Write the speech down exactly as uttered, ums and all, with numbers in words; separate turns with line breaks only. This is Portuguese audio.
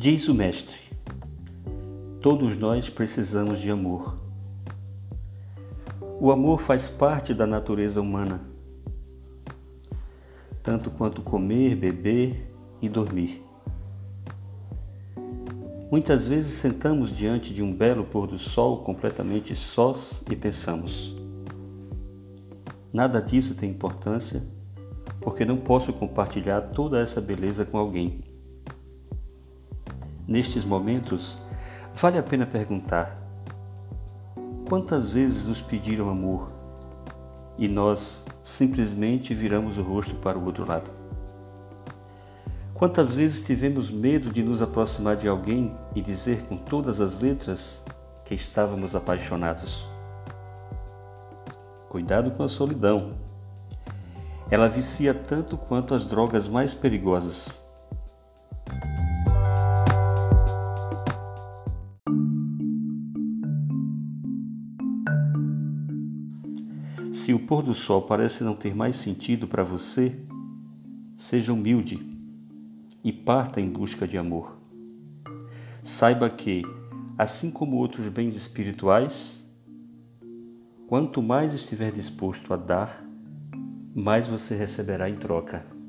Diz o Mestre: todos nós precisamos de amor. O amor faz parte da natureza humana, tanto quanto comer, beber e dormir. Muitas vezes sentamos diante de um belo pôr do sol completamente sós e pensamos: nada disso tem importância, porque não posso compartilhar toda essa beleza com alguém. Nestes momentos, vale a pena perguntar: quantas vezes nos pediram amor e nós simplesmente viramos o rosto para o outro lado? Quantas vezes tivemos medo de nos aproximar de alguém e dizer com todas as letras que estávamos apaixonados? Cuidado com a solidão. Ela vicia tanto quanto as drogas mais perigosas. Se o pôr do sol parece não ter mais sentido para você, seja humilde e parta em busca de amor. Saiba que, assim como outros bens espirituais, quanto mais estiver disposto a dar, mais você receberá em troca.